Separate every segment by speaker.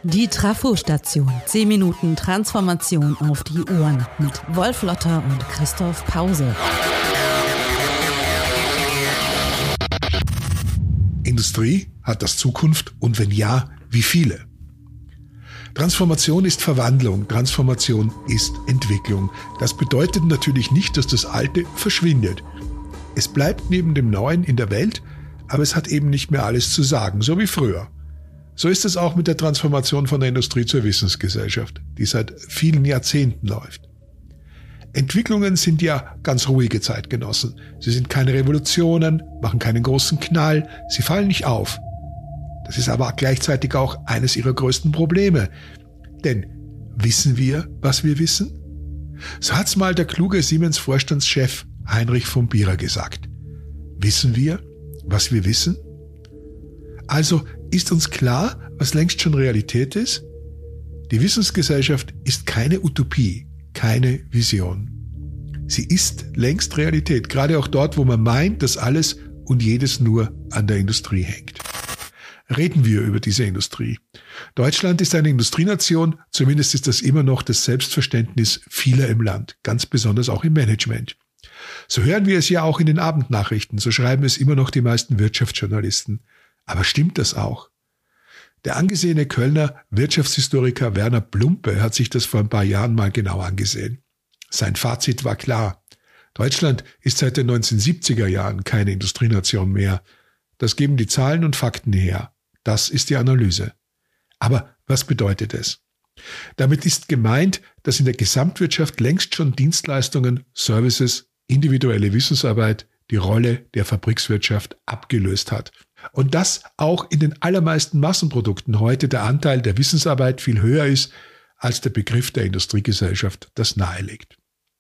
Speaker 1: Die Trafo-Station. 10 Minuten Transformation auf die Ohren mit Wolf Lotter und Christoph Pause.
Speaker 2: Industrie, hat das Zukunft und wenn ja, wie viele? Transformation ist Verwandlung, Transformation ist Entwicklung. Das bedeutet natürlich nicht, dass das Alte verschwindet. Es bleibt neben dem Neuen in der Welt, aber es hat eben nicht mehr alles zu sagen, so wie früher. So ist es auch mit der Transformation von der Industrie zur Wissensgesellschaft, die seit vielen Jahrzehnten läuft. Entwicklungen sind ja ganz ruhige Zeitgenossen. Sie sind keine Revolutionen, machen keinen großen Knall, sie fallen nicht auf. Das ist aber gleichzeitig auch eines ihrer größten Probleme. Denn wissen wir, was wir wissen? So hat's mal der kluge Siemens-Vorstandschef Heinrich von Bierer gesagt. Wissen wir, was wir wissen? Also ist uns klar, was längst schon Realität ist? Die Wissensgesellschaft ist keine Utopie, keine Vision. Sie ist längst Realität, gerade auch dort, wo man meint, dass alles und jedes nur an der Industrie hängt. Reden wir über diese Industrie. Deutschland ist eine Industrienation, zumindest ist das immer noch das Selbstverständnis vieler im Land, ganz besonders auch im Management. So hören wir es ja auch in den Abendnachrichten, so schreiben es immer noch die meisten Wirtschaftsjournalisten. Aber stimmt das auch? Der angesehene Kölner Wirtschaftshistoriker Werner Plumpe hat sich das vor ein paar Jahren mal genau angesehen. Sein Fazit war klar. Deutschland ist seit den 1970er Jahren keine Industrienation mehr. Das geben die Zahlen und Fakten her. Das ist die Analyse. Aber was bedeutet es? Damit ist gemeint, dass in der Gesamtwirtschaft längst schon Dienstleistungen, Services, individuelle Wissensarbeit die Rolle der Fabrikswirtschaft abgelöst hat. Und dass auch in den allermeisten Massenprodukten heute der Anteil der Wissensarbeit viel höher ist, als der Begriff der Industriegesellschaft das nahelegt.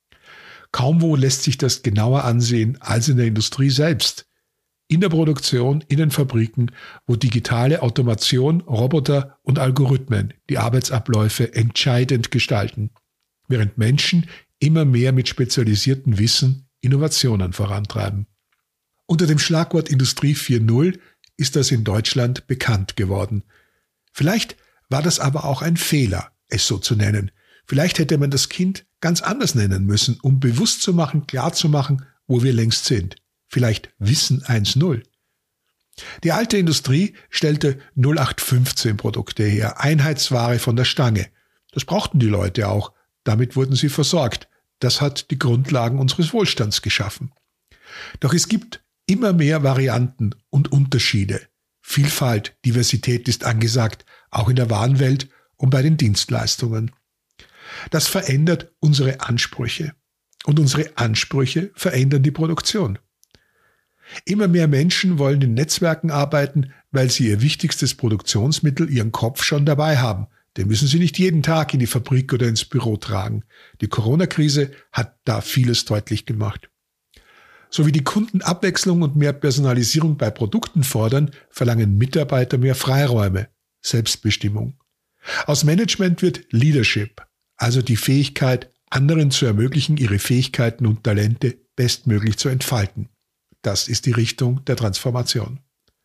Speaker 2: Kaum wo lässt sich das genauer ansehen als in der Industrie selbst. In der Produktion, in den Fabriken, wo digitale Automation, Roboter und Algorithmen die Arbeitsabläufe entscheidend gestalten, während Menschen immer mehr mit spezialisiertem Wissen Innovationen vorantreiben. Unter dem Schlagwort Industrie 4.0 ist das in Deutschland bekannt geworden. Vielleicht war das aber auch ein Fehler, es so zu nennen. Vielleicht hätte man das Kind ganz anders nennen müssen, um bewusst zu machen, klar zu machen, wo wir längst sind. Vielleicht Wissen 1.0. Die alte Industrie stellte 0815 Produkte her, Einheitsware von der Stange. Das brauchten die Leute auch. Damit wurden sie versorgt. Das hat die Grundlagen unseres Wohlstands geschaffen. Doch es gibt immer mehr Varianten und Unterschiede. Vielfalt, Diversität ist angesagt, auch in der Warenwelt und bei den Dienstleistungen. Das verändert unsere Ansprüche. Und unsere Ansprüche verändern die Produktion. Immer mehr Menschen wollen in Netzwerken arbeiten, weil sie ihr wichtigstes Produktionsmittel, ihren Kopf, schon dabei haben. Den müssen sie nicht jeden Tag in die Fabrik oder ins Büro tragen. Die Corona-Krise hat da vieles deutlich gemacht. So wie die Kunden Abwechslung und mehr Personalisierung bei Produkten fordern, verlangen Mitarbeiter mehr Freiräume, Selbstbestimmung. Aus Management wird Leadership, also die Fähigkeit, anderen zu ermöglichen, ihre Fähigkeiten und Talente bestmöglich zu entfalten. Das ist die Richtung der Transformation.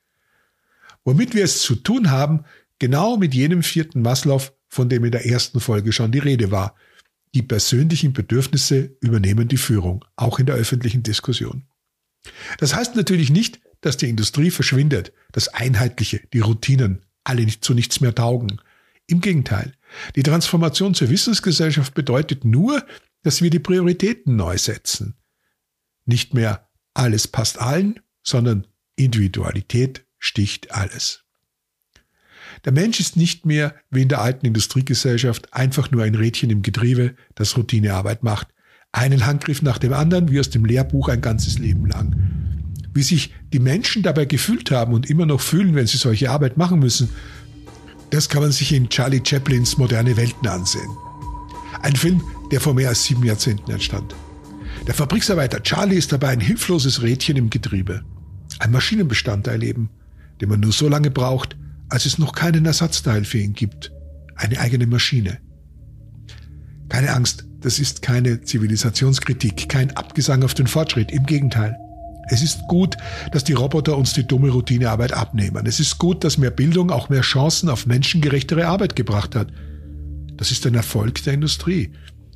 Speaker 2: Womit wir es zu tun haben, genau mit jenem 4. Maslow, von dem in der ersten Folge schon die Rede war. Die persönlichen Bedürfnisse übernehmen die Führung, auch in der öffentlichen Diskussion. Das heißt natürlich nicht, dass die Industrie verschwindet, das Einheitliche, die Routinen, alle zu nichts mehr taugen. Im Gegenteil, die Transformation zur Wissensgesellschaft bedeutet nur, dass wir die Prioritäten neu setzen. Nicht mehr alles passt allen, sondern Individualität sticht alles. Der Mensch ist nicht mehr, wie in der alten Industriegesellschaft, einfach nur ein Rädchen im Getriebe, das Routinearbeit macht. Einen Handgriff nach dem anderen, wie aus dem Lehrbuch ein ganzes Leben lang. Wie sich die Menschen dabei gefühlt haben und immer noch fühlen, wenn sie solche Arbeit machen müssen, das kann man sich in Charlie Chaplins Moderne Welten ansehen. Ein Film, der vor mehr als 7 Jahrzehnten entstand. Der Fabriksarbeiter Charlie ist dabei ein hilfloses Rädchen im Getriebe. Ein Maschinenbestandteil eben, den man nur so lange braucht, als es noch keinen Ersatzteil für ihn gibt. Eine eigene Maschine. Keine Angst, das ist keine Zivilisationskritik, kein Abgesang auf den Fortschritt, im Gegenteil. Es ist gut, dass die Roboter uns die dumme Routinearbeit abnehmen. Es ist gut, dass mehr Bildung auch mehr Chancen auf menschengerechtere Arbeit gebracht hat. Das ist ein Erfolg der Industrie.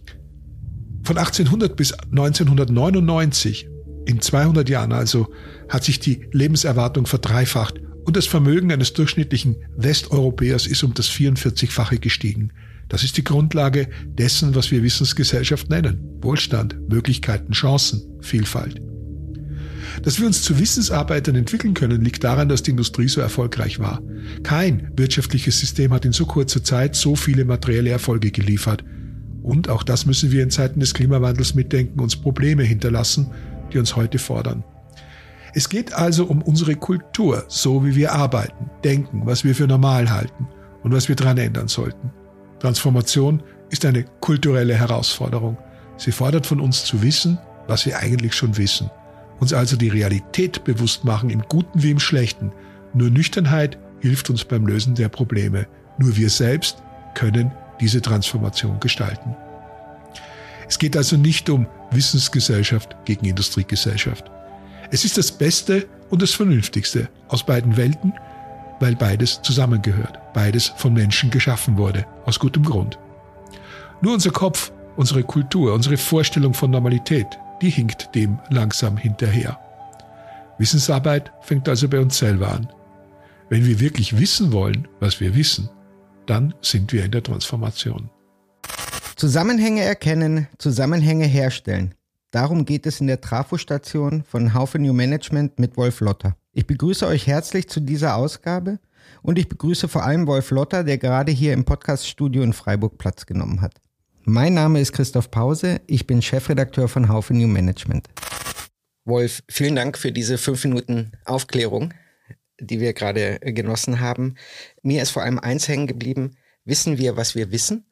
Speaker 2: Von 1800 bis 1999, in 200 Jahren also, hat sich die Lebenserwartung verdreifacht und das Vermögen eines durchschnittlichen Westeuropäers ist um das 44-fache gestiegen. Das ist die Grundlage dessen, was wir Wissensgesellschaft nennen. Wohlstand, Möglichkeiten, Chancen, Vielfalt. Dass wir uns zu Wissensarbeitern entwickeln können, liegt daran, dass die Industrie so erfolgreich war. Kein wirtschaftliches System hat in so kurzer Zeit so viele materielle Erfolge geliefert. Und auch das müssen wir in Zeiten des Klimawandels mitdenken, uns Probleme hinterlassen, die uns heute fordern. Es geht also um unsere Kultur, so wie wir arbeiten, denken, was wir für normal halten und was wir daran ändern sollten. Transformation ist eine kulturelle Herausforderung. Sie fordert von uns zu wissen, was wir eigentlich schon wissen. Uns also die Realität bewusst machen, im Guten wie im Schlechten. Nur Nüchternheit hilft uns beim Lösen der Probleme. Nur wir selbst können diese Transformation gestalten. Es geht also nicht um Wissensgesellschaft gegen Industriegesellschaft. Es ist das Beste und das Vernünftigste aus beiden Welten, weil beides zusammengehört, beides von Menschen geschaffen wurde, aus gutem Grund. Nur unser Kopf, unsere Kultur, unsere Vorstellung von Normalität, die hinkt dem langsam hinterher. Wissensarbeit fängt also bei uns selber an. Wenn wir wirklich wissen wollen, was wir wissen, dann sind wir in der Transformation.
Speaker 3: Zusammenhänge erkennen, Zusammenhänge herstellen. Darum geht es in der Trafostation von Haufe New Management mit Wolf Lotter. Ich begrüße euch herzlich zu dieser Ausgabe und ich begrüße vor allem Wolf Lotter, der gerade hier im Podcaststudio in Freiburg Platz genommen hat. Mein Name ist Christoph Pause, ich bin Chefredakteur von Haufe New Management. Wolf, vielen Dank für diese 5 Minuten Aufklärung, die wir gerade genossen haben. Mir ist vor allem eins hängen geblieben: Wissen wir, was wir wissen?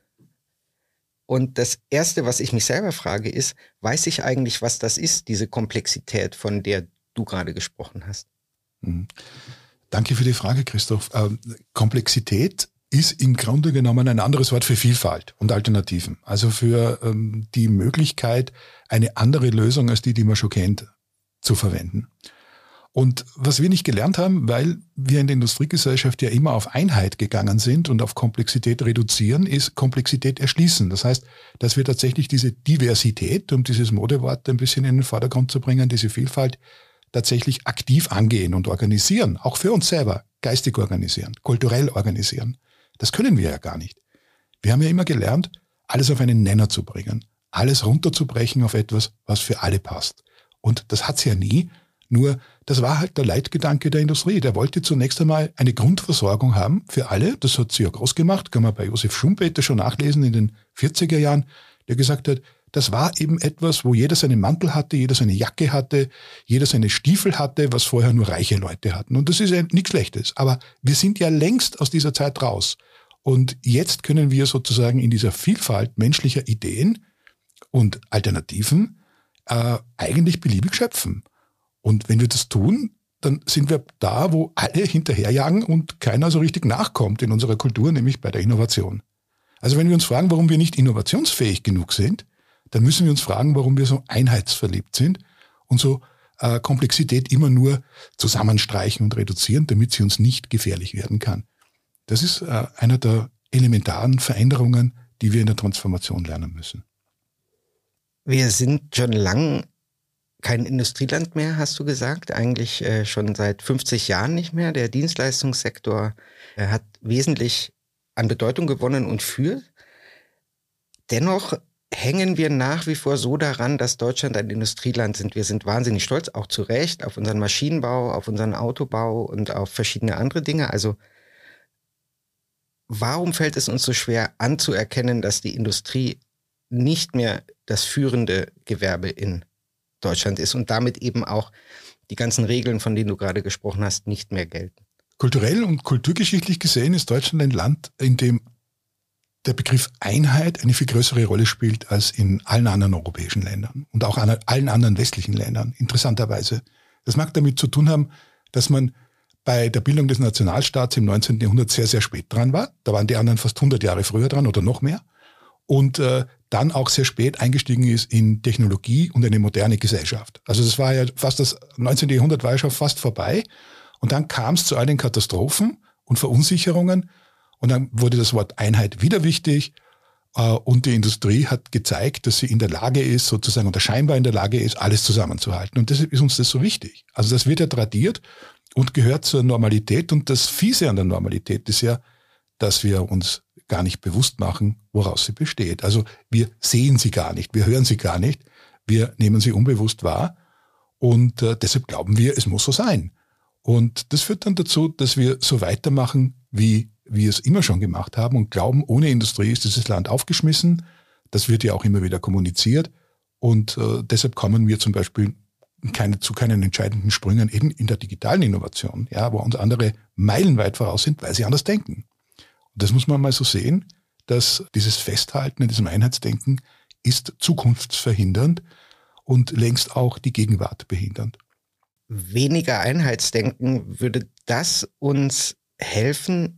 Speaker 3: Und das Erste, was ich mich selber frage, ist, weiß ich eigentlich, was das ist, diese Komplexität, von der du gerade gesprochen hast?
Speaker 4: Danke für die Frage, Christoph. Komplexität ist im Grunde genommen ein anderes Wort für Vielfalt und Alternativen. Also für die Möglichkeit, eine andere Lösung als die man schon kennt, zu verwenden. Und was wir nicht gelernt haben, weil wir in der Industriegesellschaft ja immer auf Einheit gegangen sind und auf Komplexität reduzieren, ist Komplexität erschließen. Das heißt, dass wir tatsächlich diese Diversität, um dieses Modewort ein bisschen in den Vordergrund zu bringen, diese Vielfalt tatsächlich aktiv angehen und organisieren, auch für uns selber, geistig organisieren, kulturell organisieren. Das können wir ja gar nicht. Wir haben ja immer gelernt, alles auf einen Nenner zu bringen, alles runterzubrechen auf etwas, was für alle passt. Und das hat's ja nie. Nur, das war halt der Leitgedanke der Industrie. Der wollte zunächst einmal eine Grundversorgung haben für alle. Das hat sie ja groß gemacht. Kann man bei Josef Schumpeter schon nachlesen in den 40er Jahren, der gesagt hat, das war eben etwas, wo jeder seinen Mantel hatte, jeder seine Jacke hatte, jeder seine Stiefel hatte, was vorher nur reiche Leute hatten. Und das ist ja nichts Schlechtes. Aber wir sind ja längst aus dieser Zeit raus. Und jetzt können wir sozusagen in dieser Vielfalt menschlicher Ideen und Alternativen eigentlich beliebig schöpfen. Und wenn wir das tun, dann sind wir da, wo alle hinterherjagen und keiner so richtig nachkommt in unserer Kultur, nämlich bei der Innovation. Also wenn wir uns fragen, warum wir nicht innovationsfähig genug sind, dann müssen wir uns fragen, warum wir so einheitsverliebt sind und so Komplexität immer nur zusammenstreichen und reduzieren, damit sie uns nicht gefährlich werden kann. Das ist einer der elementaren Veränderungen, die wir in der Transformation lernen müssen.
Speaker 3: Wir sind schon lang kein Industrieland mehr, hast du gesagt, eigentlich schon seit 50 Jahren nicht mehr. Der Dienstleistungssektor hat wesentlich an Bedeutung gewonnen und führt. Dennoch hängen wir nach wie vor so daran, dass Deutschland ein Industrieland sind. Wir sind wahnsinnig stolz, auch zu Recht, auf unseren Maschinenbau, auf unseren Autobau und auf verschiedene andere Dinge. Also warum fällt es uns so schwer anzuerkennen, dass die Industrie nicht mehr das führende Gewerbe in Deutschland ist und damit eben auch die ganzen Regeln, von denen du gerade gesprochen hast, nicht mehr gelten?
Speaker 4: Kulturell und kulturgeschichtlich gesehen ist Deutschland ein Land, in dem der Begriff Einheit eine viel größere Rolle spielt als in allen anderen europäischen Ländern und auch allen anderen westlichen Ländern, interessanterweise. Das mag damit zu tun haben, dass man bei der Bildung des Nationalstaats im 19. Jahrhundert sehr, sehr spät dran war. Da waren die anderen fast 100 Jahre früher dran oder noch mehr. Und dann auch sehr spät eingestiegen ist in Technologie und eine moderne Gesellschaft. Also das war ja fast das 19. Jahrhundert war ja schon fast vorbei. Und dann kam es zu all den Katastrophen und Verunsicherungen. Und dann wurde das Wort Einheit wieder wichtig. Und die Industrie hat gezeigt, dass sie in der Lage ist, sozusagen, oder scheinbar in der Lage ist, alles zusammenzuhalten. Und deshalb ist uns das so wichtig. Also das wird ja tradiert und gehört zur Normalität. Und das Fiese an der Normalität ist ja, dass wir uns gar nicht bewusst machen, woraus sie besteht. Also wir sehen sie gar nicht, wir hören sie gar nicht, wir nehmen sie unbewusst wahr. Und deshalb glauben wir, es muss so sein. Und das führt dann dazu, dass wir so weitermachen, wie wir es immer schon gemacht haben und glauben, ohne Industrie ist dieses Land aufgeschmissen. Das wird ja auch immer wieder kommuniziert. Und deshalb kommen wir zum Beispiel zu keinen entscheidenden Sprüngen eben in der digitalen Innovation, ja, wo uns andere meilenweit voraus sind, weil sie anders denken. Und das muss man mal so sehen, dass dieses Festhalten in diesem Einheitsdenken ist zukunftsverhindernd und längst auch die Gegenwart behindernd.
Speaker 3: Weniger Einheitsdenken, würde das uns helfen,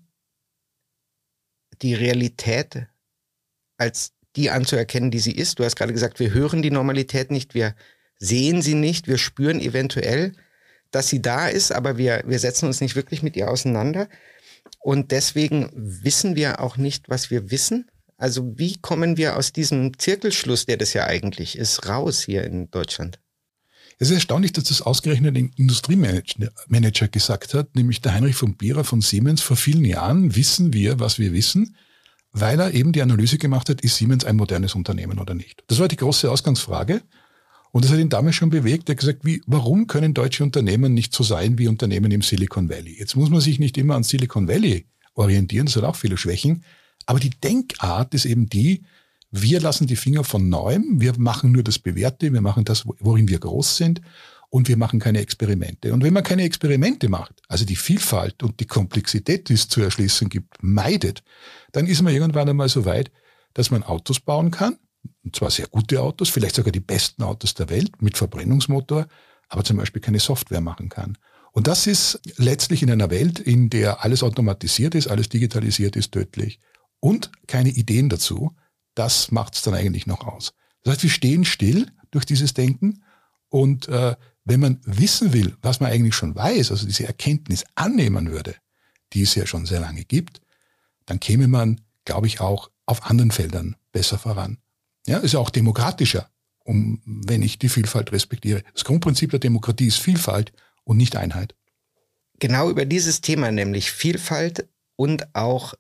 Speaker 3: die Realität als die anzuerkennen, die sie ist? Du hast gerade gesagt, wir hören die Normalität nicht, wir sehen sie nicht, wir spüren eventuell, dass sie da ist, aber wir setzen uns nicht wirklich mit ihr auseinander. Und deswegen wissen wir auch nicht, was wir wissen. Also wie kommen wir aus diesem Zirkelschluss, der das ja eigentlich ist, raus hier in Deutschland?
Speaker 4: Es ist erstaunlich, dass das ausgerechnet ein Industriemanager gesagt hat, nämlich der Heinrich von Bierer von Siemens. Vor vielen Jahren wissen wir, was wir wissen, weil er eben die Analyse gemacht hat, ist Siemens ein modernes Unternehmen oder nicht. Das war die große Ausgangsfrage. Und das hat ihn damals schon bewegt. Er hat gesagt, warum können deutsche Unternehmen nicht so sein wie Unternehmen im Silicon Valley? Jetzt muss man sich nicht immer an Silicon Valley orientieren, das hat auch viele Schwächen. Aber die Denkart ist eben die, wir lassen die Finger von Neuem, wir machen nur das Bewährte, wir machen das, worin wir groß sind und wir machen keine Experimente. Und wenn man keine Experimente macht, also die Vielfalt und die Komplexität, die es zu erschließen gibt, meidet, dann ist man irgendwann einmal so weit, dass man Autos bauen kann, und zwar sehr gute Autos, vielleicht sogar die besten Autos der Welt mit Verbrennungsmotor, aber zum Beispiel keine Software machen kann. Und das ist letztlich in einer Welt, in der alles automatisiert ist, alles digitalisiert ist, tödlich. Und keine Ideen dazu. Das macht es dann eigentlich noch aus. Das heißt, wir stehen still durch dieses Denken und wenn man wissen will, was man eigentlich schon weiß, also diese Erkenntnis annehmen würde, die es ja schon sehr lange gibt, dann käme man, glaube ich, auch auf anderen Feldern besser voran. Ja, ist ja auch demokratischer, wenn ich die Vielfalt respektiere. Das Grundprinzip der Demokratie ist Vielfalt und nicht Einheit.
Speaker 3: Genau über dieses Thema, nämlich Vielfalt und auch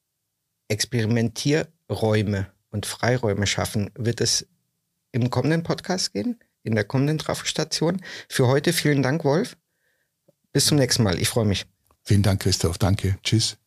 Speaker 3: Experimentierräume und Freiräume schaffen, wird es im kommenden Podcast gehen, in der kommenden Trafostation. Für heute vielen Dank, Wolf. Bis zum nächsten Mal. Ich freue mich.
Speaker 4: Vielen Dank, Christoph. Danke. Tschüss.